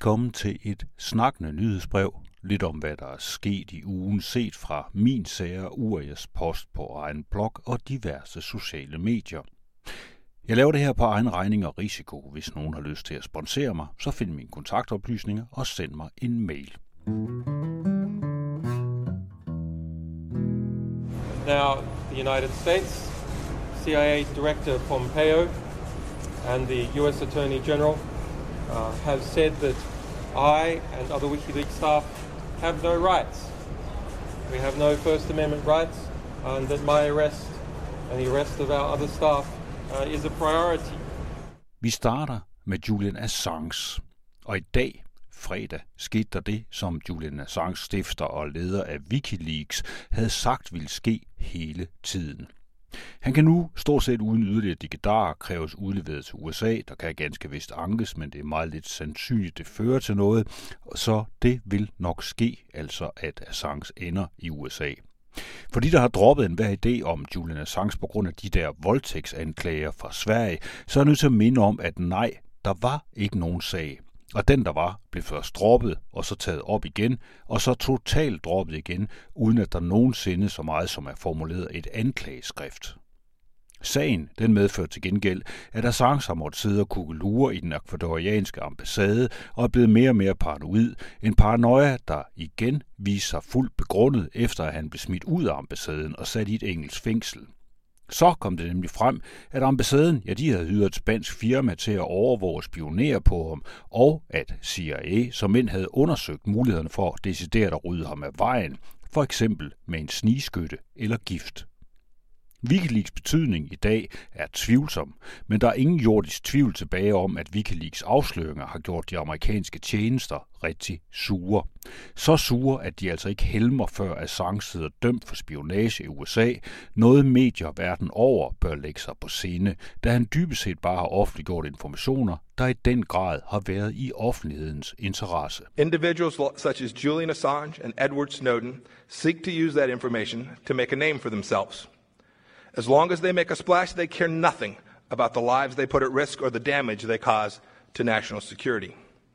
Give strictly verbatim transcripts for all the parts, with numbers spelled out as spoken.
Velkommen til et snakkende nyhedsbrev. Lidt om, hvad der er sket i ugen, set fra min sager, Urias post på egen blog og diverse sociale medier. Jeg laver det her på egen regning og risiko. Hvis nogen har lyst til at sponsere mig, så find mine kontaktoplysninger og send mig en mail. Now, the United States, C I A Director Pompeo and the U S Attorney General uh, have said that I and other WikiLeaks staff have no rights. We have no First Amendment rights, and that my arrest and the arrest of our other staff uh, is a priority. Vi starter med Julian Assange, og i dag, fredag, skete der det, som Julian Assange, stifter og leder af WikiLeaks, havde sagt ville ske hele tiden. Han kan nu stort set uden yderligere digedar kræves udleveret til U S A. Der kan ganske vist ankes, men det er meget lidt sandsynligt, det fører til noget. Så det vil nok ske, altså at Assange ender i U S A. Fordi der har droppet enhver idé om Julian Assange på grund af de der voldtægtsanklager fra Sverige, så er jeg nødt til at minde om, at nej, der var ikke nogen sag. Og den, der var, blev først droppet, og så taget op igen, og så totalt droppet igen, uden at der nogensinde så meget som er formuleret et anklageskrift. Sagen, den medførte til gengæld, at Assange har måttet sidde og kukkelure i den ekvadorianske ambassade og er blevet mere og mere paranoid. En paranoia, der igen viser sig fuldt begrundet, efter at han blev smidt ud af ambassaden og sat i et engelsk fængsel. Så kom det nemlig frem, at ambassaden, ja, de havde hyret et spansk firma til at overvåge og spionere på ham, og at C I A som end havde undersøgt mulighederne for decideret at rydde ham af vejen, for eksempel med en snigskytte eller gift. WikiLeaks betydning i dag er tvivlsom, men der er ingen jordisk tvivl tilbage om, at WikiLeaks afsløringer har gjort de amerikanske tjenester rigtig sure. Så sure, at de altså ikke helmer før Assange sidder dømt for spionage i U S A, noget medier verden over bør lægge sig på sinde, da han dybest set bare har offentliggjort informationer, der i den grad har været i offentlighedens interesse. Individuals such as Julian Assange and Edward Snowden seek to use that information to make a name for themselves. As long as they make a splash, they care nothing about the lives they put at risk or the damage they cause to national security.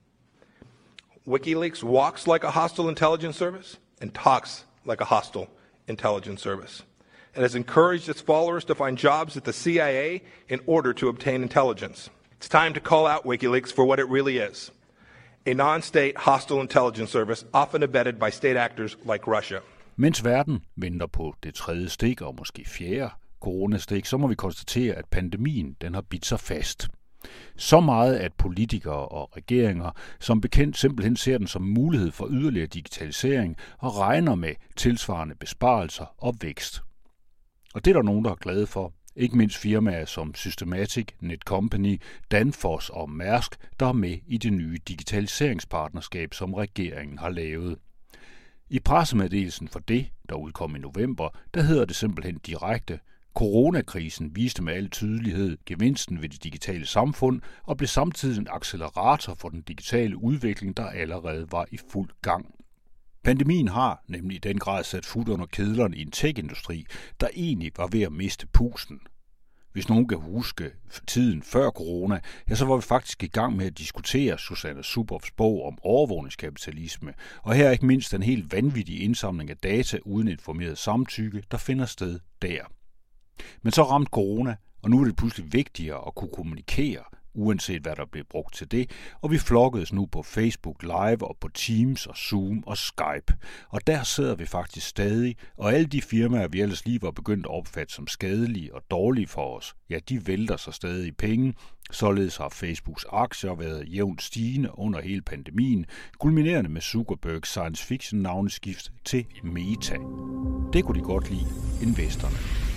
WikiLeaks walks like a hostile intelligence service and talks like a hostile intelligence service. It has encouraged its followers to find jobs at the C I A in order to obtain intelligence. It's time to call out WikiLeaks for what it really is. A non-state hostile intelligence service, often abetted by state actors like Russia. Mens verden venter på det tredje stik og måske fjerde coronastik, så må vi konstatere, at pandemien den har bidt sig fast. Så meget, at politikere og regeringer som bekendt simpelthen ser den som mulighed for yderligere digitalisering og regner med tilsvarende besparelser og vækst. Og det er der nogen, der er glade for. Ikke mindst firmaer som Systematic, Netcompany, Danfoss og Mærsk, der er med i det nye digitaliseringspartnerskab, som regeringen har lavet. I pressemeddelelsen for det, der udkom i november, der hedder det simpelthen direkte: Coronakrisen viste med al tydelighed gevinsten ved det digitale samfund og blev samtidig en accelerator for den digitale udvikling, der allerede var i fuld gang. Pandemien har nemlig i den grad sat fod under kedlerne i en tech-industri, der egentlig var ved at miste pusten. Hvis nogen kan huske tiden før corona, ja, så var vi faktisk i gang med at diskutere Susanne Zuboffs bog om overvågningskapitalisme, og her ikke mindst den helt vanvittige indsamling af data uden informeret samtykke, der finder sted der. Men så ramte corona, og nu er det pludselig vigtigere at kunne kommunikere, uanset hvad der bliver brugt til det, og vi flokkedes nu på Facebook Live og på Teams og Zoom og Skype. Og der sidder vi faktisk stadig, og alle de firmaer, vi ellers lige var begyndt at opfatte som skadelige og dårlige for os, ja, de vælter sig stadig i penge. Således har Facebooks aktier været jævnt stigende under hele pandemien, kulminerende med Zuckerbergs science fiction navneskift til Meta. Det kunne de godt lide, investorerne.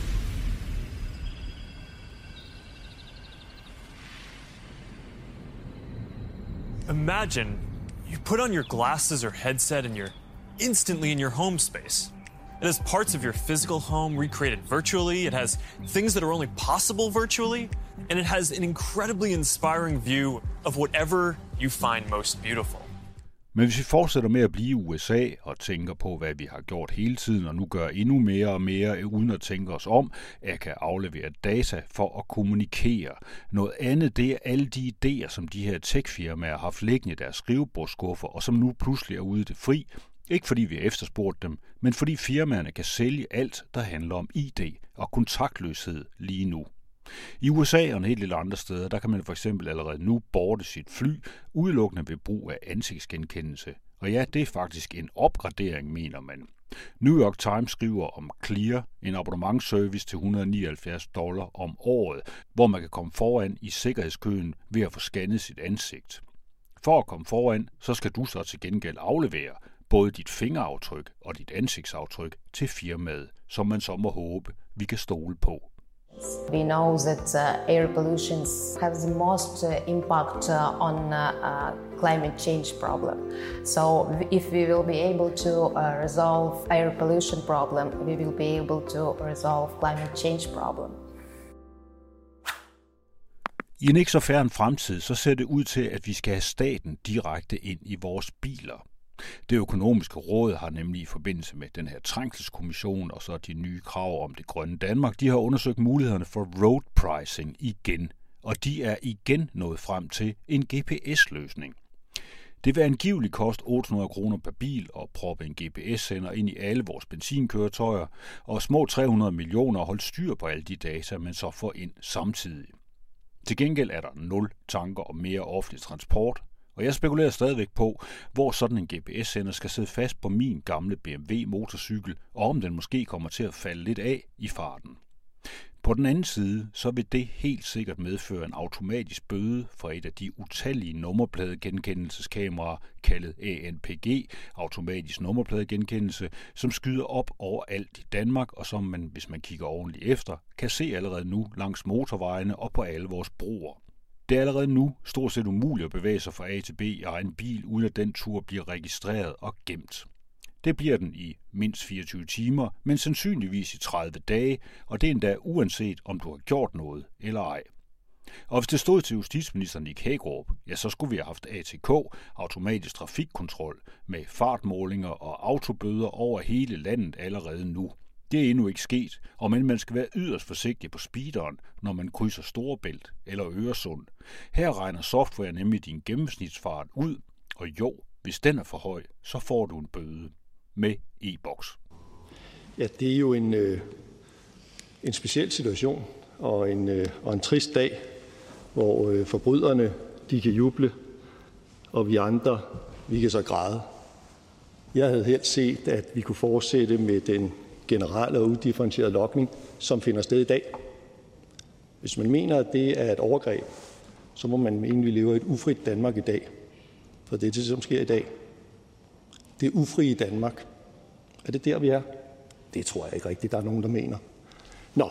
Imagine you put on your glasses or headset and you're instantly in your home space. It has parts of your physical home recreated virtually, it has things that are only possible virtually, and it has an incredibly inspiring view of whatever you find most beautiful. Men hvis vi fortsætter med at blive i U S A og tænker på, hvad vi har gjort hele tiden, og nu gør endnu mere og mere, uden at tænke os om, at kan aflevere data for at kommunikere. Noget andet, det er alle de idéer, som de her tech-firmaer har haft liggende i deres skrivebordsskuffer, og som nu pludselig er ude i det fri. Ikke fordi vi har efterspurgt dem, men fordi firmaerne kan sælge alt, der handler om I D og kontaktløshed lige nu. I U S A og en helt lille andre steder, der kan man for eksempel allerede nu boarde sit fly udelukkende ved brug af ansigtsgenkendelse. Og ja, det er faktisk en opgradering, mener man. New York Times skriver om Clear, en abonnementsservice til et hundrede og nioghalvfjerds dollar om året, hvor man kan komme foran i sikkerhedskøen ved at få scannet sit ansigt. For at komme foran, så skal du så til gengæld aflevere både dit fingeraftryk og dit ansigtsaftryk til firmaet, som man så må håbe, vi kan stole på. We know that uh, air pollution has the most uh, impact uh, on uh, uh, climate change problem. So if we will be able to uh, resolve air pollution problem, we will be able to resolve climate change problem. I en ikke så fjern fremtid, så ser det ud til, at vi skal have staten direkte ind i vores biler. Det økonomiske råd har nemlig i forbindelse med den her trængselskommission og så de nye krav om det grønne Danmark, de har undersøgt mulighederne for road pricing igen, og de er igen nået frem til en G P S-løsning. Det vil angiveligt koste otte hundrede kroner per bil at proppe en G P S-sender ind i alle vores benzinkøretøjer, og små tre hundrede millioner at holde styr på alle de data, man så får ind samtidig. Til gengæld er der nul tanker om mere offentlig transport, og jeg spekulerer stadigvæk på, hvor sådan en G P S-sender skal sidde fast på min gamle B M W-motorcykel, og om den måske kommer til at falde lidt af i farten. På den anden side, så vil det helt sikkert medføre en automatisk bøde for et af de utallige nummerpladegenkendelseskameraer, kaldet A N P G, automatisk nummerpladegenkendelse, som skyder op overalt i Danmark, og som man, hvis man kigger ordentligt efter, kan se allerede nu langs motorvejene og på alle vores broer. Det er allerede nu stort set umuligt at bevæge sig fra A til B i egen bil, uden at den tur bliver registreret og gemt. Det bliver den i mindst fireogtyve timer, men sandsynligvis i tredive dage, og det er endda uanset om du har gjort noget eller ej. Og hvis det stod til justitsminister Nick Hækkerup, ja, så skulle vi have haft A T K, automatisk trafikkontrol, med fartmålinger og autobøder over hele landet allerede nu. Det er endnu ikke sket, og men man skal være yderst forsigtig på speederen, når man krydser Storebælt eller Øresund. Her regner software nemlig din gennemsnitsfart ud, og jo, hvis den er for høj, så får du en bøde med e-boks. Ja, det er jo en, øh, en speciel situation og en, øh, og en trist dag, hvor øh, forbryderne de kan juble, og vi andre vi kan så græde. Jeg havde helst set, at vi kunne fortsætte med den generelle og udifferentierede logning, som finder sted i dag. Hvis man mener, at det er et overgreb, så må man mene, at vi lever i et ufrit Danmark i dag. For det er det, som sker i dag. Det er ufrie Danmark. Er det der, vi er? Det tror jeg ikke rigtigt, der er nogen, der mener. Nå.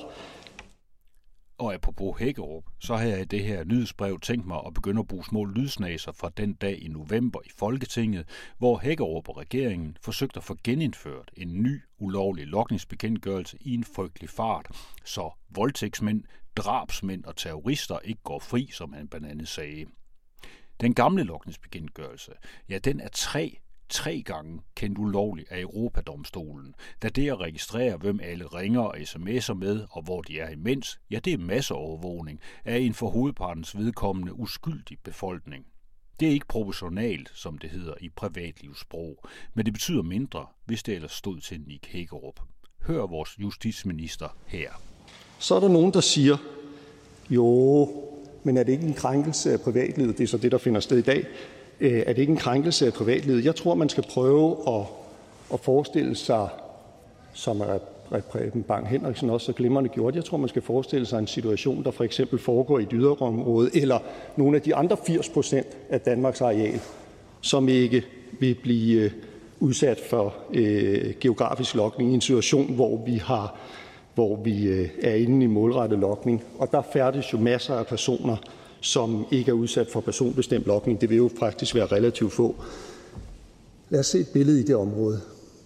Og apropos Hækkerup, så har jeg i det her nyhedsbrev tænkt mig at begynde at bruge små lydsnaser fra den dag i november i Folketinget, hvor Hækkerup og regeringen forsøgte at få genindført en ny ulovlig logningsbekendtgørelse i en frygtelig fart, så voldtægtsmænd, drabsmænd og terrorister ikke går fri, som han blandt andet sagde. Den gamle logningsbekendtgørelse, ja, den er tre tre gange kendt ulovlig af Europadomstolen, da det at registrere, hvem alle ringer og sms'er med, og hvor de er imens, ja, det er masseovervågning af en for hovedpartens vedkommende uskyldig befolkning. Det er ikke proportionalt, som det hedder i privatlivssprog, men det betyder mindre, hvis det ellers stod til Nick Hækkerup. Hør vores justitsminister her. Så er der nogen, der siger, jo, men er det ikke en krænkelse af privatlivet? Det er så det, der finder sted i dag. Er det ikke en krænkelse af privatlivet? Jeg tror, man skal prøve at, at forestille sig, som Preben Bang Henriksen også så glimrende gjorde, jeg tror, man skal forestille sig en situation, der for eksempel foregår i et yderområde, eller nogle af de andre firs procent af Danmarks areal, som ikke vil blive udsat for øh, geografisk logning i en situation, hvor vi har, hvor vi øh, er inde i målrettet logning. Og der færdes jo masser af personer, som ikke er udsat for personbestemt logning. Det vil jo faktisk være relativt få. Lad os se et billede i det område.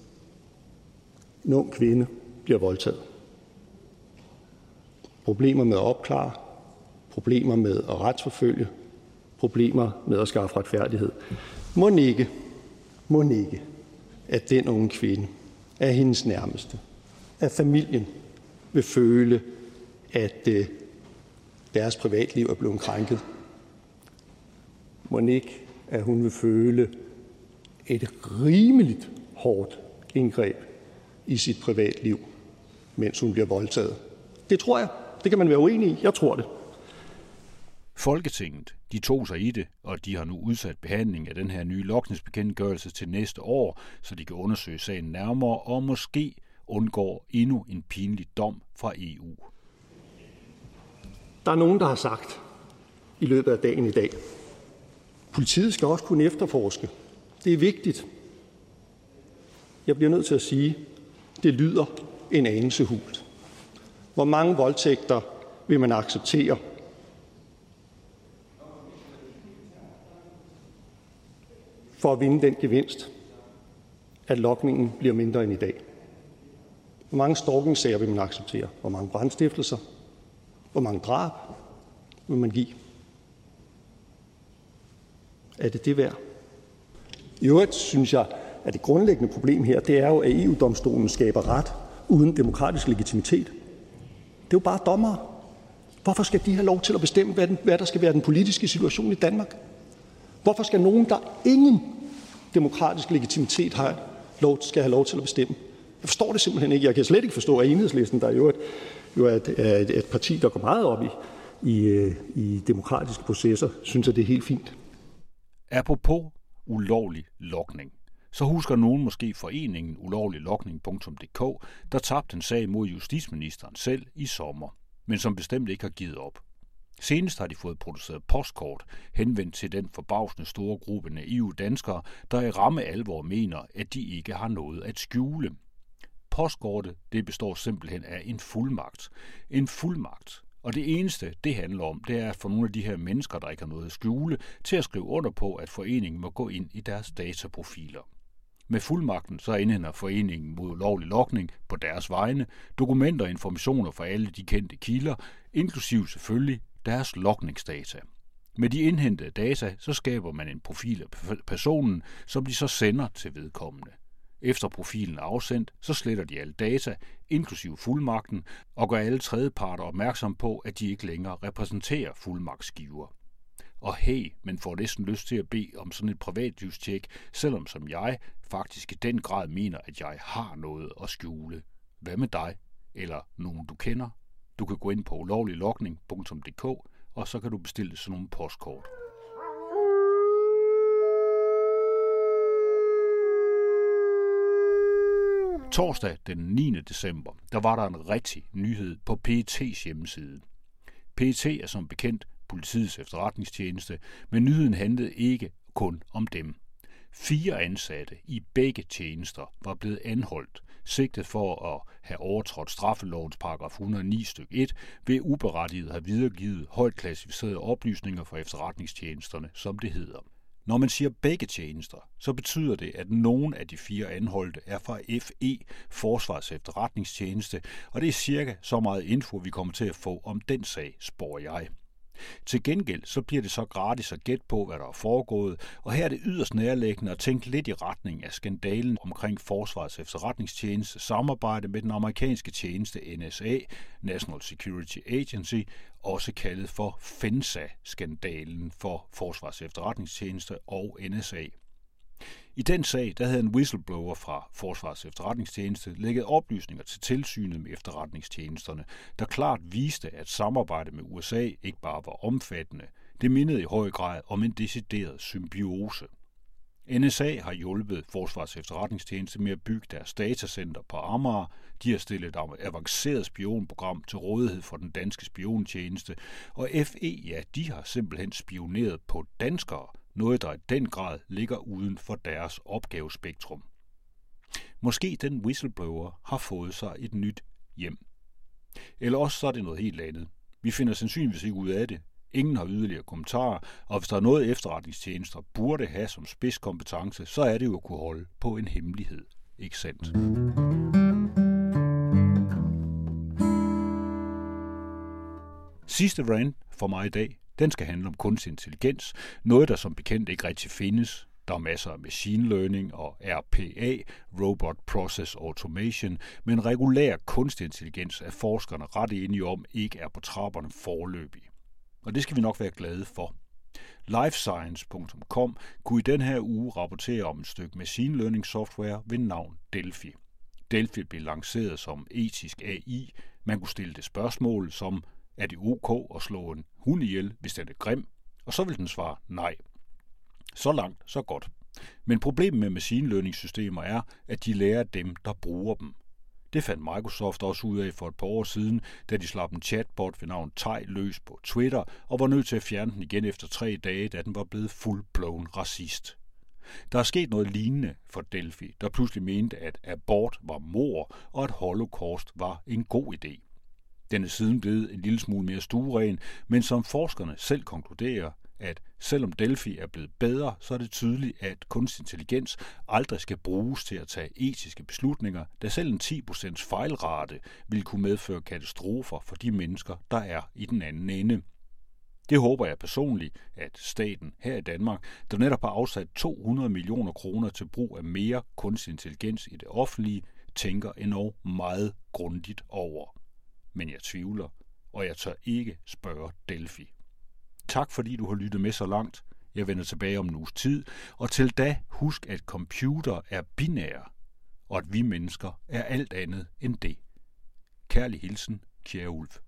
En ung kvinde bliver voldtaget. Problemer med at opklare, problemer med at retsforfølge, problemer med at skaffe retfærdighed. Mon ikke, Må ikke, at den unge kvinde, af hendes nærmeste, at familien vil føle, at øh, deres privatliv er blevet krænket. Må ikke, at hun vil føle et rimeligt hårdt indgreb i sit privatliv, mens hun bliver voldtaget. Det tror jeg. Det kan man være uenig i. Jeg tror det. Folketinget, de tog sig i det, og de har nu udsat behandling af den her nye logningsbekendtgørelse til næste år, så de kan undersøge sagen nærmere og måske undgår endnu en pinlig dom fra E U. Der er nogen, der har sagt i løbet af dagen i dag, politiet skal også kunne efterforske. Det er vigtigt. Jeg bliver nødt til at sige, det lyder en anelse hult. Hvor mange voldtægter vil man acceptere? For at vinde den gevinst, at logningen bliver mindre end i dag. Hvor mange stalkingsager vil man acceptere? Hvor mange brandstiftelser? Hvor mange drab vil man give? Er det det værd? I øvrigt synes jeg, at det grundlæggende problem her, det er jo, at E U-domstolen skaber ret uden demokratisk legitimitet. Det er jo bare dommere. Hvorfor skal de have lov til at bestemme, hvad, den, hvad der skal være den politiske situation i Danmark? Hvorfor skal nogen, der ingen demokratisk legitimitet har, lov, skal have lov til at bestemme? Jeg forstår det simpelthen ikke. Jeg kan slet ikke forstå, at Enhedslisten, der jo er et, jo er et, er et, et parti, der går meget op i, i, i demokratiske processer, synes, at det er helt fint. Apropos ulovlig logning, så husker nogen måske foreningen ulovlig logning punktum d k, der tabte en sag mod justitsministeren selv i sommer, men som bestemt ikke har givet op. Senest har de fået produceret postkort henvendt til den forbavsende store gruppe naive danskere, der i ramme alvor mener, at de ikke har noget at skjule. Postkortet, det består simpelthen af en fuldmagt. En fuldmagt. Og det eneste, det handler om, det er at få nogle af de her mennesker, der ikke har noget at skjule, til at skrive under på, at foreningen må gå ind i deres dataprofiler. Med fuldmagten så indhenter foreningen mod ulovlig logning på deres vegne dokumenter og informationer fra alle de kendte kilder, inklusiv selvfølgelig deres logningsdata. Med de indhentede data, så skaber man en profil af personen, som de så sender til vedkommende. Efter profilen er afsendt, så sletter de alle data, inklusiv fuldmagten, og gør alle tredjeparter opmærksom på, at de ikke længere repræsenterer fuldmagtsgiver. Og hey, man får næsten lyst til at bede om sådan et privatlivstjek, selvom som jeg faktisk i den grad mener, at jeg har noget at skjule. Hvad med dig? Eller nogen du kender? Du kan gå ind på ulovlig logning punktum d k, og så kan du bestille sådan nogle postkort. Torsdag den niende december, der var der en rigtig nyhed på P E T's hjemmeside. P E T er som bekendt politiets efterretningstjeneste, men nyheden handlede ikke kun om dem. Fire ansatte i begge tjenester var blevet anholdt, sigtet for at have overtrådt straffelovens paragraf et hundrede og ni stykke et ved uberettiget at have videregivet højt klassificerede oplysninger fra efterretningstjenesterne, som det hedder. Når man siger begge tjenester, så betyder det, at nogen af de fire anholdte er fra F E, Forsvarets Efterretningstjeneste, og det er cirka så meget info, vi kommer til at få om den sag, spår jeg. Til gengæld så bliver det så gratis at gætte på, hvad der er foregået, og her er det yderst nærliggende at tænke lidt i retning af skandalen omkring Forsvarets Efterretningstjeneste samarbejde med den amerikanske tjeneste N S A, National Security Agency, også kaldet for FENSA-skandalen for Forsvarets Efterretningstjeneste og N S A. I den sag der havde en whistleblower fra Forsvarets Efterretningstjeneste lægget oplysninger til tilsynet med efterretningstjenesterne, der klart viste, at samarbejde med U S A ikke bare var omfattende. Det mindede i høj grad om en decideret symbiose. N S A har hjulpet Forsvarets Efterretningstjeneste med at bygge deres datacenter på Amager. De har stillet et avanceret spionprogram til rådighed for den danske spiontjeneste, og F E, ja, de har simpelthen spioneret på danskere, noget der i den grad ligger uden for deres opgavespektrum. Måske den whistleblower har fået sig et nyt hjem. Eller også så er det noget helt andet. Vi finder sandsynligvis ikke ud af det. Ingen har yderligere kommentarer, og hvis der er noget efterretningstjenester burde have som spidskompetence, så er det jo at kunne holde på en hemmelighed. Ikke sandt? Sidste rant for mig i dag, den skal handle om kunstig intelligens, noget der som bekendt ikke rigtig findes. Der er masser af machine learning og R P A, Robot Process Automation, men regulær kunstig intelligens er forskerne ret enige om ikke er på trapperne foreløbig. Og det skal vi nok være glade for. Lifescience punktum com kunne i den her uge rapportere om et stykke machine learning software ved navn Delphi. Delphi blev lanceret som etisk A I. Man kunne stille det spørgsmål som, er det ok at slå en hund ihjel, hvis den er grim? Og så vil den svare nej. Så langt, så godt. Men problemet med machine learning systemer er, at de lærer dem, der bruger dem. Det fandt Microsoft også ud af for et par år siden, da de slap en chatbot ved navn Tej løs på Twitter og var nødt til at fjerne den igen efter tre dage, da den var blevet full-blown racist. Der er sket noget lignende for Delphi, der pludselig mente, at abort var mord og at holocaust var en god idé. Den er siden blevet en lille smule mere stueren, men som forskerne selv konkluderer, at selvom Delphi er blevet bedre, så er det tydeligt, at kunstig intelligens aldrig skal bruges til at tage etiske beslutninger, da selv en ti procent fejlrate vil kunne medføre katastrofer for de mennesker, der er i den anden ende. Det håber jeg personligt, at staten her i Danmark, der netop har afsat to hundrede millioner kroner til brug af mere kunstig intelligens i det offentlige, tænker endnu meget grundigt over. Men jeg tvivler, og jeg tør ikke spørge Delphi. Tak fordi du har lyttet med så langt. Jeg vender tilbage om en uges tid, og til da husk, at computer er binære, og at vi mennesker er alt andet end det. Kærlig hilsen, Kjær Ulf.